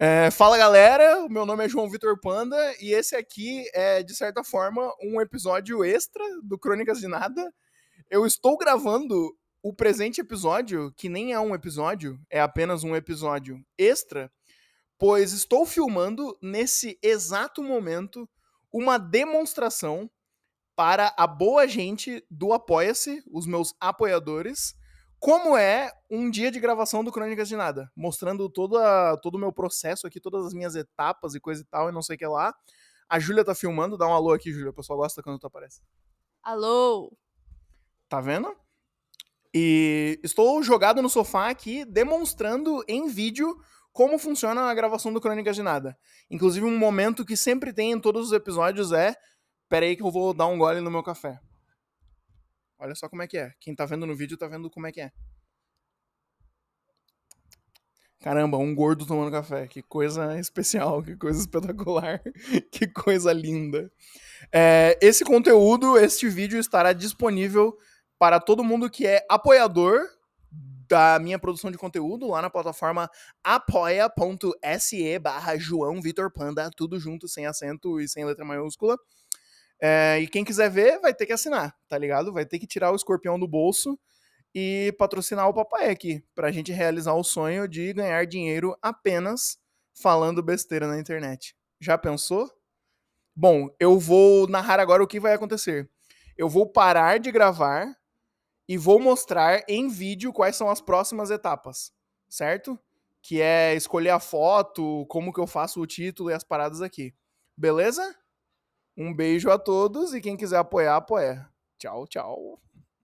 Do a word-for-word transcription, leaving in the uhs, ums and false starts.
É, fala galera, o meu nome é João Vitor Panda e esse aqui é, de certa forma, um episódio extra do Crônicas de Nada. Eu estou gravando o presente episódio, que nem é um episódio, é apenas um episódio extra, pois estou filmando nesse exato momento uma demonstração para a boa gente do Apoia-se, os meus apoiadores, como é um dia de gravação do Crônicas de Nada, mostrando toda, todo o meu processo aqui, todas as minhas etapas e coisa e tal, e não sei o que lá. A Júlia tá filmando, dá um alô aqui, Júlia, o pessoal gosta quando tu aparece. Alô? Tá vendo? E estou jogado no sofá aqui, demonstrando em vídeo como funciona a gravação do Crônicas de Nada. Inclusive, um momento que sempre tem em todos os episódios é... Pera aí que eu vou dar um gole no meu café. Olha só como é que é. Quem tá vendo no vídeo tá vendo como é que é. Caramba, um gordo tomando café. Que coisa especial, que coisa espetacular, que coisa linda. É, esse conteúdo, este vídeo estará disponível para todo mundo que é apoiador da minha produção de conteúdo lá na plataforma apoia.se barra João Vitor Panda, tudo junto, sem acento e sem letra maiúscula. É, e quem quiser ver, vai ter que assinar, tá ligado? Vai ter que tirar o escorpião do bolso e patrocinar o papai aqui, pra gente realizar o sonho de ganhar dinheiro apenas falando besteira na internet. Já pensou? Bom, eu vou narrar agora o que vai acontecer. Eu vou parar de gravar e vou mostrar em vídeo quais são as próximas etapas, certo? Que é escolher a foto, como que eu faço o título e as paradas aqui. Beleza? Um beijo a todos e quem quiser apoiar, apoia. Tchau, tchau.